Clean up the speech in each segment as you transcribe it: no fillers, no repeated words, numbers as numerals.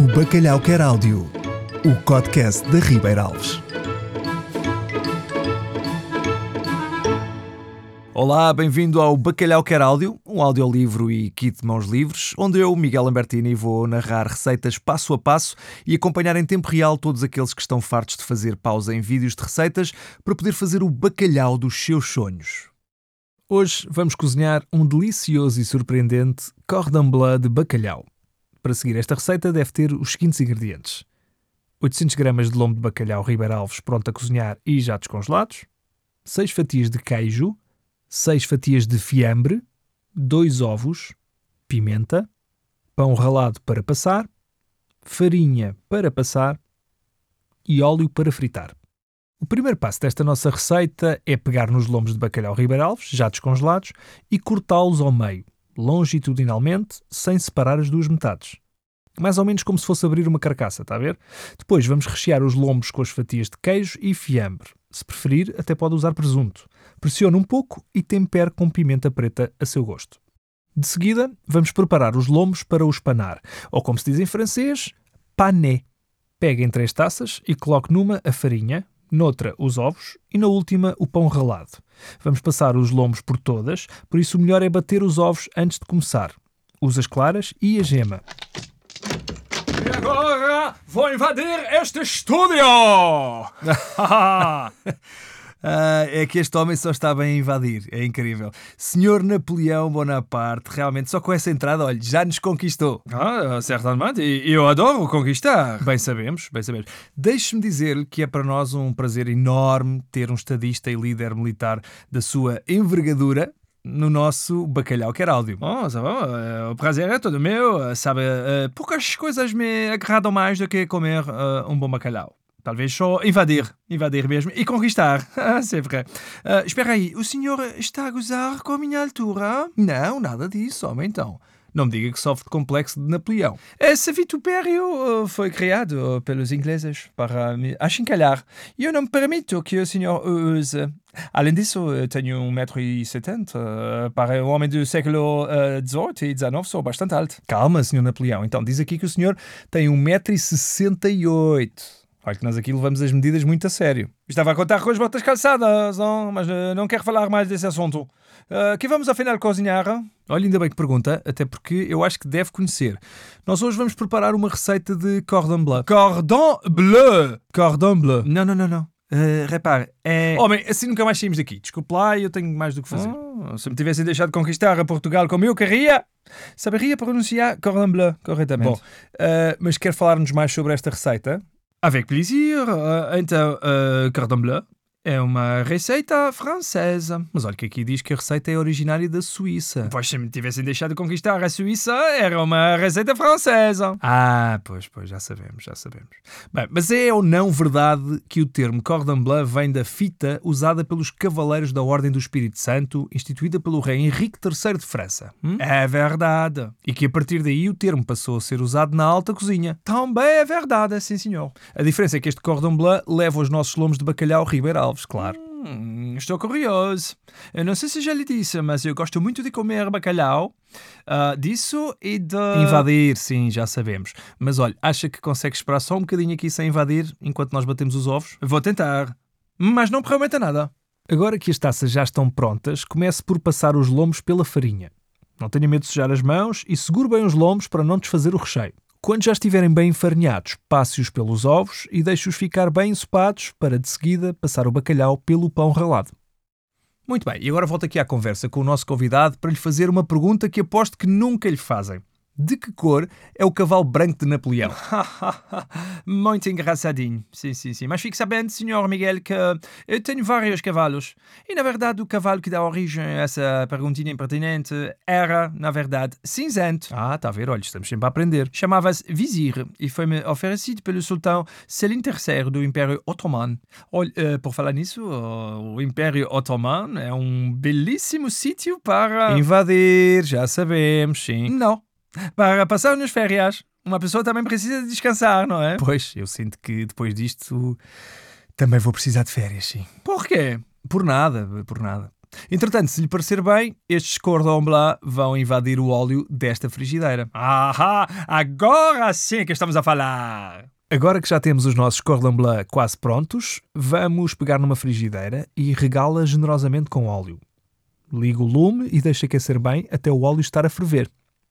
O Bacalhau Quer Áudio, o podcast da Ribeira Alves. Olá, bem-vindo ao Bacalhau Quer Áudio, um audiolivro e kit de mãos livres, onde eu, Miguel Lambertini, vou narrar receitas passo a passo e acompanhar em tempo real todos aqueles que estão fartos de fazer pausa em vídeos de receitas para poder fazer o bacalhau dos seus sonhos. Hoje vamos cozinhar um delicioso e surpreendente cordon bleu de bacalhau. Para seguir esta receita deve ter os seguintes ingredientes: 800 gramas de lombo de bacalhau Ribeira Alves pronto a cozinhar e já descongelados, 6 fatias de queijo, 6 fatias de fiambre, 2 ovos, pimenta, pão ralado para passar, farinha para passar e óleo para fritar. O primeiro passo desta nossa receita é pegar nos lombos de bacalhau Ribeira Alves, já descongelados, e cortá-los ao meio, longitudinalmente, sem separar as duas metades. Mais ou menos como se fosse abrir uma carcaça, está a ver? Depois vamos rechear os lombos com as fatias de queijo e fiambre. Se preferir, até pode usar presunto. Pressione um pouco e tempere com pimenta preta a seu gosto. De seguida, vamos preparar os lombos para os panar, ou como se diz em francês, pané. Pegue em 3 taças e coloque numa a farinha, noutra os ovos e na última o pão ralado. Vamos passar os lombos por todas, por isso o melhor é bater os ovos antes de começar. Use as claras e a gema. E agora vou invadir este estúdio! É que este homem só está bem a invadir, é incrível. Senhor Napoleão Bonaparte, realmente só com essa entrada, olha, já nos conquistou. Certamente, e eu adoro conquistar. Bem sabemos, bem sabemos. Deixe-me dizer-lhe que é para nós um prazer enorme ter um estadista e líder militar da sua envergadura no nosso Bacalhau Quer Áudio. Ça va, o prazer é todo meu, sabe? Poucas coisas me agradam mais do que comer um bom bacalhau. Talvez só invadir mesmo e conquistar. C'est vrai. Espera aí, o senhor está a gozar com a minha altura? Não, nada disso, homem, então. Não me diga que sofre de complexo de Napoleão. Esse vitupério foi criado pelos ingleses para me achincalhar. E eu não me permito que o senhor use. Além disso, eu tenho 1,70 m. Para um homem do século XVIII e XIX, sou bastante alto. Calma, senhor Napoleão. Então, diz aqui que o senhor tem 1,68 m. Olha que nós aqui levamos as medidas muito a sério. Estava a contar com as botas calçadas, não? Mas não quero falar mais desse assunto. Que vamos afinal cozinhar? Olha, ainda bem que pergunta, até porque eu acho que deve conhecer. Nós hoje vamos preparar uma receita de cordon bleu. Cordon bleu! Cordon bleu. Não. Repare, é... Homem, assim nunca mais saímos daqui. Desculpe lá, eu tenho mais do que fazer. Se me tivessem deixado conquistar a Portugal como eu queria, saberia pronunciar cordon bleu corretamente. Bom, mas quer falar-nos mais sobre esta receita? Avec plaisir. Então, cordon bleu é uma receita francesa. Mas olha que aqui diz que a receita é originária da Suíça. Pois se me tivessem deixado conquistar a Suíça, era uma receita francesa. Pois, já sabemos. Bem, mas é ou não verdade que o termo cordon bleu vem da fita usada pelos cavaleiros da Ordem do Espírito Santo, instituída pelo rei Henrique III de França? É verdade. E que a partir daí o termo passou a ser usado na alta cozinha? Também é verdade, sim senhor. A diferença é que este cordon bleu leva os nossos lombos de bacalhau Ribeira Alves, claro. Estou curioso. Eu não sei se já lhe disse, mas eu gosto muito de comer bacalhau. Disso e de... Invadir, sim, já sabemos. Mas olha, acha que consegue esperar só um bocadinho aqui sem invadir, enquanto nós batemos os ovos? Vou tentar, mas não prometa nada. Agora que as taças já estão prontas, comece por passar os lombos pela farinha. Não tenha medo de sujar as mãos e segure bem os lombos para não desfazer o recheio. Quando já estiverem bem enfarinhados, passe-os pelos ovos e deixe-os ficar bem ensopados para, de seguida, passar o bacalhau pelo pão ralado. Muito bem, e agora volto aqui à conversa com o nosso convidado para lhe fazer uma pergunta que aposto que nunca lhe fazem. De que cor é o cavalo branco de Napoleão? Muito engraçadinho, sim. Mas fique sabendo, Sr. Miguel, que eu tenho vários cavalos. E, na verdade, o cavalo que dá origem a essa perguntinha impertinente era, na verdade, cinzento. Está a ver, olha, estamos sempre a aprender. Chamava-se Vizir e foi-me oferecido pelo sultão Selim III do Império Otomano. Olha, por falar nisso, o Império Otomano é um belíssimo sítio para... Invadir, já sabemos, sim. Não. Para passar nas férias, uma pessoa também precisa de descansar, não é? Pois, eu sinto que depois disto também vou precisar de férias, sim. Por quê? Por nada. Entretanto, se lhe parecer bem, estes cordon bleu vão invadir o óleo desta frigideira. Ahá, agora sim que estamos a falar. Agora que já temos os nossos cordon bleu quase prontos, vamos pegar numa frigideira e regá-la generosamente com óleo. Liga o lume e deixa aquecer bem até o óleo estar a ferver.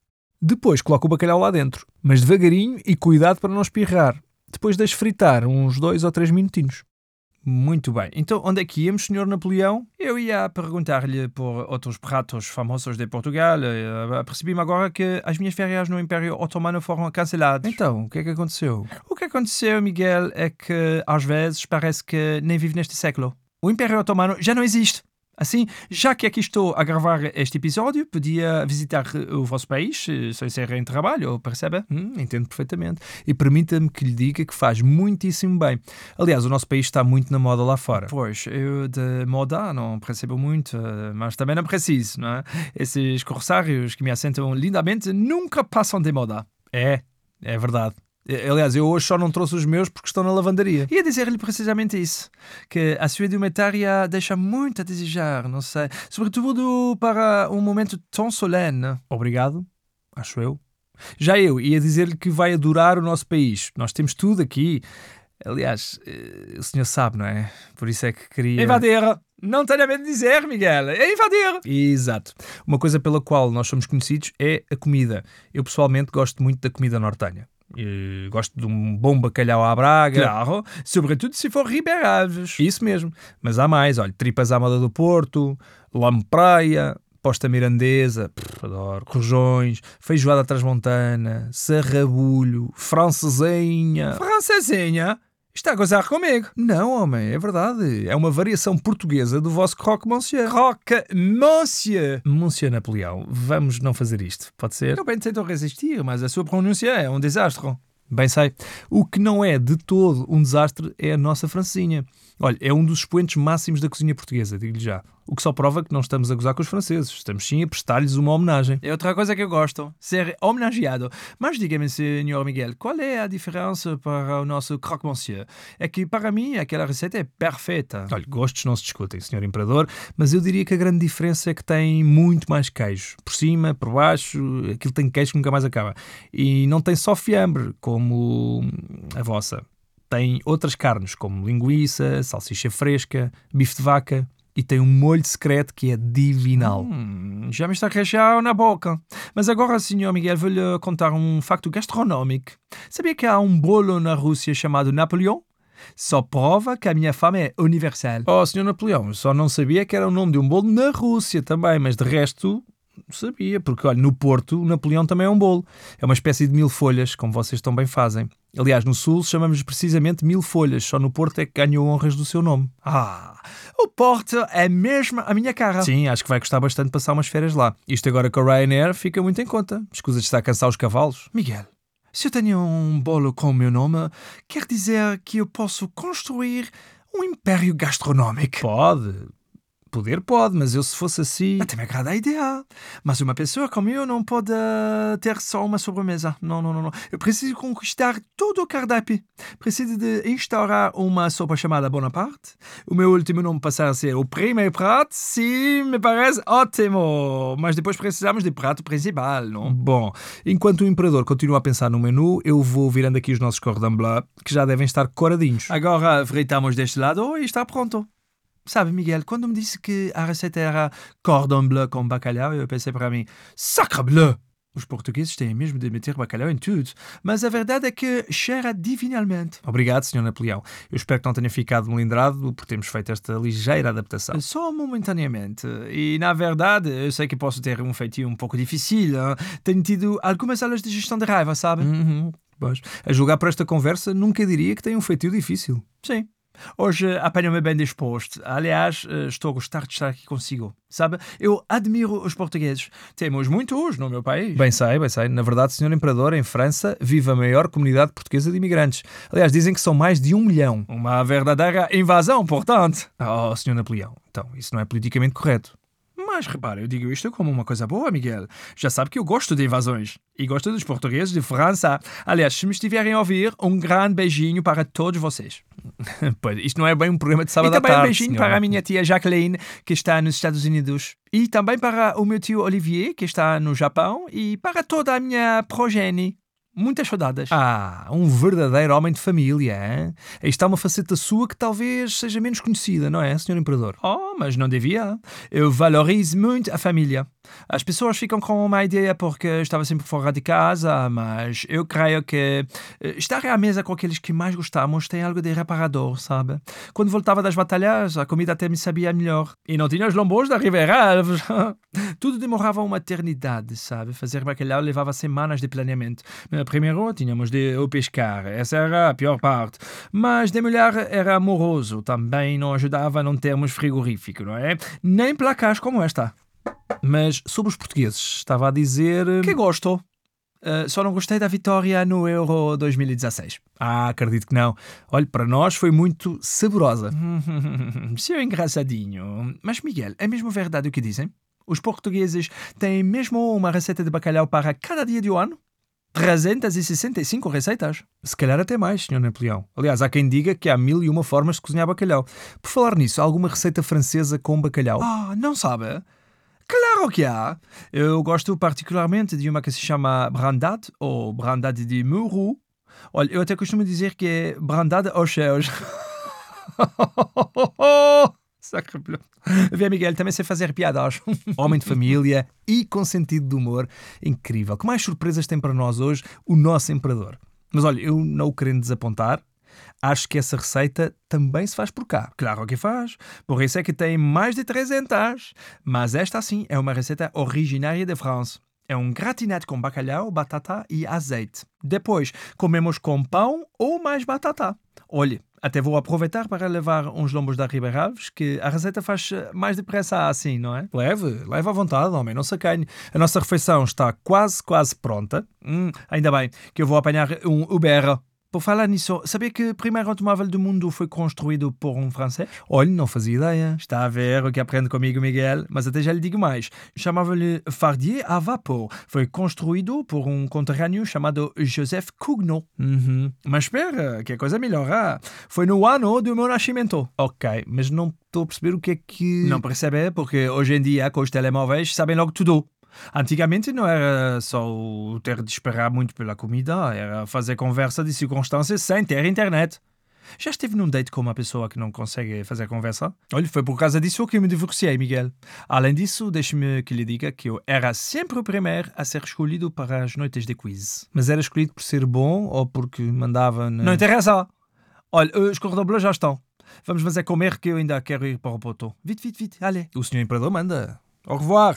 Depois coloca o bacalhau lá dentro, mas devagarinho e cuidado para não espirrar. Depois deixe fritar uns 2 ou 3 minutinhos. Muito bem. Então, onde é que íamos, Sr. Napoleão? Eu ia perguntar-lhe por outros pratos famosos de Portugal. Percebi-me agora que as minhas férias no Império Otomano foram canceladas. Então, o que é que aconteceu? O que aconteceu, Miguel, é que às vezes parece que nem vive neste século. O Império Otomano já não existe. Assim, já que aqui estou a gravar este episódio, podia visitar o vosso país, sem ser em trabalho, percebe? Entendo perfeitamente. E permita-me que lhe diga que faz muitíssimo bem. Aliás, o nosso país está muito na moda lá fora. Pois, eu de moda não percebo muito, mas também não preciso, não é? Esses corsários que me assentam lindamente nunca passam de moda. É verdade. Aliás, eu hoje só não trouxe os meus porque estão na lavandaria. Ia dizer-lhe precisamente isso, que a sua indumentária deixa muito a desejar, não sei, sobretudo para um momento tão solene. Obrigado, acho eu. Já eu ia dizer-lhe que vai adorar o nosso país. Nós temos tudo aqui. Aliás, o senhor sabe, não é? Por isso é que queria... Invadir! Não tenha medo de dizer, Miguel. É invadir! Exato. Uma coisa pela qual nós somos conhecidos é a comida. Eu pessoalmente gosto muito da comida nortenha. Gosto de um bom bacalhau à Braga. Claro, sobretudo se for Ribeiraves. Isso mesmo. Mas há mais, olha, tripas à moda do Porto, lame-praia, posta mirandesa, adoro, rojões, feijoada transmontana, sarrabulho, francesinha. Francesinha? Está a gozar comigo? Não, homem, é verdade. É uma variação portuguesa do vosso croque monsieur. Croque monsieur. Monsieur Napoleão, vamos não fazer isto, pode ser? Eu bem tento resistir, mas a sua pronúncia é um desastre. Bem sei. O que não é de todo um desastre é a nossa francesinha. Olha, é um dos expoentes máximos da cozinha portuguesa, digo-lhe já. O que só prova que não estamos a gozar com os franceses. Estamos sim a prestar-lhes uma homenagem. É outra coisa que eu gosto, ser homenageado. Mas diga-me, Sr. Miguel, qual é a diferença para o nosso croque-monsieur? É que, para mim, aquela receita é perfeita. Olha, gostos não se discutem, Sr. Imperador, mas eu diria que a grande diferença é que tem muito mais queijo. Por cima, por baixo, aquilo tem queijo que nunca mais acaba. E não tem só fiambre, como a vossa. Tem outras carnes, como linguiça, salsicha fresca, bife de vaca... E tem um molho secreto que é divinal. Já me está a queixar na boca. Mas agora, Sr. Miguel, vou-lhe contar um facto gastronómico. Sabia que há um bolo na Rússia chamado Napoleão? Só prova que a minha fama é universal. Oh, Sr. Napoleão, eu só não sabia que era o nome de um bolo na Rússia também, mas de resto... sabia, porque olha, no Porto o Napoleão também é um bolo. É uma espécie de 1000 folhas, como vocês tão bem fazem. Aliás, no Sul chamamos precisamente 1000 folhas, só no Porto é que ganhou honras do seu nome. O Porto é mesmo a minha cara. Sim, acho que vai gostar bastante passar umas férias lá. Isto agora com a Ryanair fica muito em conta. Escusa de estar a cansar os cavalos. Miguel, se eu tenho um bolo com o meu nome, quer dizer que eu posso construir um império gastronómico. Poder pode, mas eu se fosse assim... Até me agrada a ideia. Mas uma pessoa como eu não pode ter só uma sobremesa. Não. Eu preciso conquistar todo o cardápio. Preciso de instaurar uma sopa chamada Bonaparte. O meu último nome passar a ser o primeiro prato. Sim, me parece ótimo. Mas depois precisamos de prato principal, não? Bom, enquanto o Imperador continua a pensar no menu, eu vou virando aqui os nossos cordon bleu, que já devem estar coradinhos. Agora fritamos deste lado e está pronto. Sabe, Miguel, quando me disse que a receita era cordon bleu com bacalhau, eu pensei para mim, sacre bleu! Os portugueses têm mesmo de meter bacalhau em tudo. Mas a verdade é que cheira divinalmente. Obrigado, Sr. Napoleão. Eu espero que não tenha ficado melindrado por termos feito esta ligeira adaptação. Só momentaneamente. E, na verdade, eu sei que posso ter um feitio um pouco difícil. Hein? Tenho tido algumas aulas de gestão de raiva, sabe? Pois. A julgar por esta conversa, nunca diria que tem um feitio difícil. Sim. Hoje apanho-me bem disposto. Aliás, estou a gostar de estar aqui consigo. Sabe, eu admiro os portugueses. Temos muitos no meu país. Bem sei. Na verdade, Sr. Imperador, em França, vive a maior comunidade portuguesa de imigrantes. Aliás, dizem que são mais de 1 milhão. Uma verdadeira invasão, portanto. Oh, Sr. Napoleão, então, isso não é politicamente correto. Mas repara, eu digo isto como uma coisa boa, Miguel. Já sabe que eu gosto de invasões. E gosto dos portugueses de França. Aliás, se me estiverem a ouvir, um grande beijinho para todos vocês. Pois, isto não é bem um programa de sábado E à também tarde, um beijinho senhora. para a minha tia Jacqueline, que está nos Estados Unidos. E também para o meu tio Olivier, que está no Japão. E para toda a minha progenie. Muitas saudades. Ah, um verdadeiro homem de família, hein? Aí está uma faceta sua que talvez seja menos conhecida, não é, Sr. Imperador? Oh, mas não devia. Eu valorizo muito a família. As pessoas ficam com uma ideia porque estava sempre fora de casa, mas eu creio que estar à mesa com aqueles que mais gostamos tem algo de reparador, sabe? Quando voltava das batalhas, a comida até me sabia melhor. E não tinha os lombos da Ribeira Alves. Tudo demorava uma eternidade, sabe? Fazer bacalhau levava semanas de planeamento. Primeiro tínhamos de o pescar, essa era a pior parte. Mas demolhar era amoroso, também não ajudava a não termos frigorífico, não é? Nem placas como esta. Mas sobre os portugueses, estava a dizer... Que gosto. Só não gostei da vitória no Euro 2016. Ah, acredito que não. Olha, para nós foi muito saborosa. Seu engraçadinho. Mas, Miguel, é mesmo verdade o que dizem? Os portugueses têm mesmo uma receita de bacalhau para cada dia do ano? 365 receitas? Se calhar até mais, Sr. Napoleão. Aliás, há quem diga que há 1001 formas de cozinhar bacalhau. Por falar nisso, há alguma receita francesa com bacalhau? Ah, não sabe? Claro que há! Eu gosto particularmente de uma que se chama brandade, ou brandade de Mourou. Olha, eu até costumo dizer que é brandade aos céus. Sacre-bleu. Vê, Miguel, também sei fazer piadas. Homem de família e com sentido de humor. Incrível. Que mais surpresas tem para nós hoje o nosso imperador? Mas olha, eu não o querendo desapontar, acho que essa receita também se faz por cá. Claro que faz. Por isso é que tem mais de 300. Mas esta, sim, é uma receita originária de França. É um gratinado com bacalhau, batata e azeite. Depois, comemos com pão ou mais batata. Olhe, até vou aproveitar para levar uns lombos da Ribeira Alves, que a receita faz mais depressa assim, não é? Leve à vontade, homem, não se acanhe. A nossa refeição está quase pronta. Ainda bem que eu vou apanhar um Uber. Por falar nisso, sabia que o primeiro automóvel do mundo foi construído por um francês? Olha, não fazia ideia. Está a ver o que aprende comigo, Miguel? Mas até já lhe digo mais. Chamava-lhe Fardier à vapor. Foi construído por um conterrâneo chamado Joseph Cugnot. Mas espera, que a coisa melhora. Foi no ano do meu nascimento. Ok, mas não estou a perceber o que é que... Não percebe? Porque hoje em dia, com os telemóveis, sabem logo tudo. Antigamente não era só o ter de esperar muito pela comida, era fazer conversa de circunstâncias sem ter internet. Já esteve num date com uma pessoa que não consegue fazer conversa? Olha, foi por causa disso que eu me divorciei, Miguel. Além disso, deixe-me que lhe diga que eu era sempre o primeiro a ser escolhido para as noites de quiz. Mas era escolhido por ser bom ou porque mandava... Não interessa! Olha, os cordons bleus já estão. Vamos fazer comer que eu ainda quero ir para o poto. Vite, allez. O senhor imperador manda. Au revoir!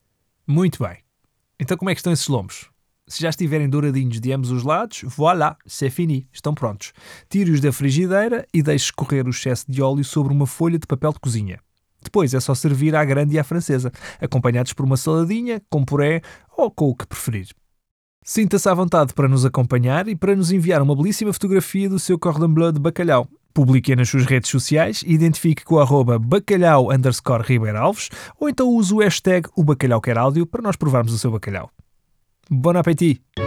Muito bem. Então como é que estão esses lombos? Se já estiverem douradinhos de ambos os lados, voilà, c'est fini, estão prontos. Tire-os da frigideira e deixe escorrer o excesso de óleo sobre uma folha de papel de cozinha. Depois é só servir à grande e à francesa, acompanhados por uma saladinha, com puré ou com o que preferir. Sinta-se à vontade para nos acompanhar e para nos enviar uma belíssima fotografia do seu cordon bleu de bacalhau. Publique nas suas redes sociais e identifique com o @bacalhau_Ribeiralves ou então use o hashtag #o bacalhau quer áudio para nós provarmos o seu bacalhau. Bon appétit!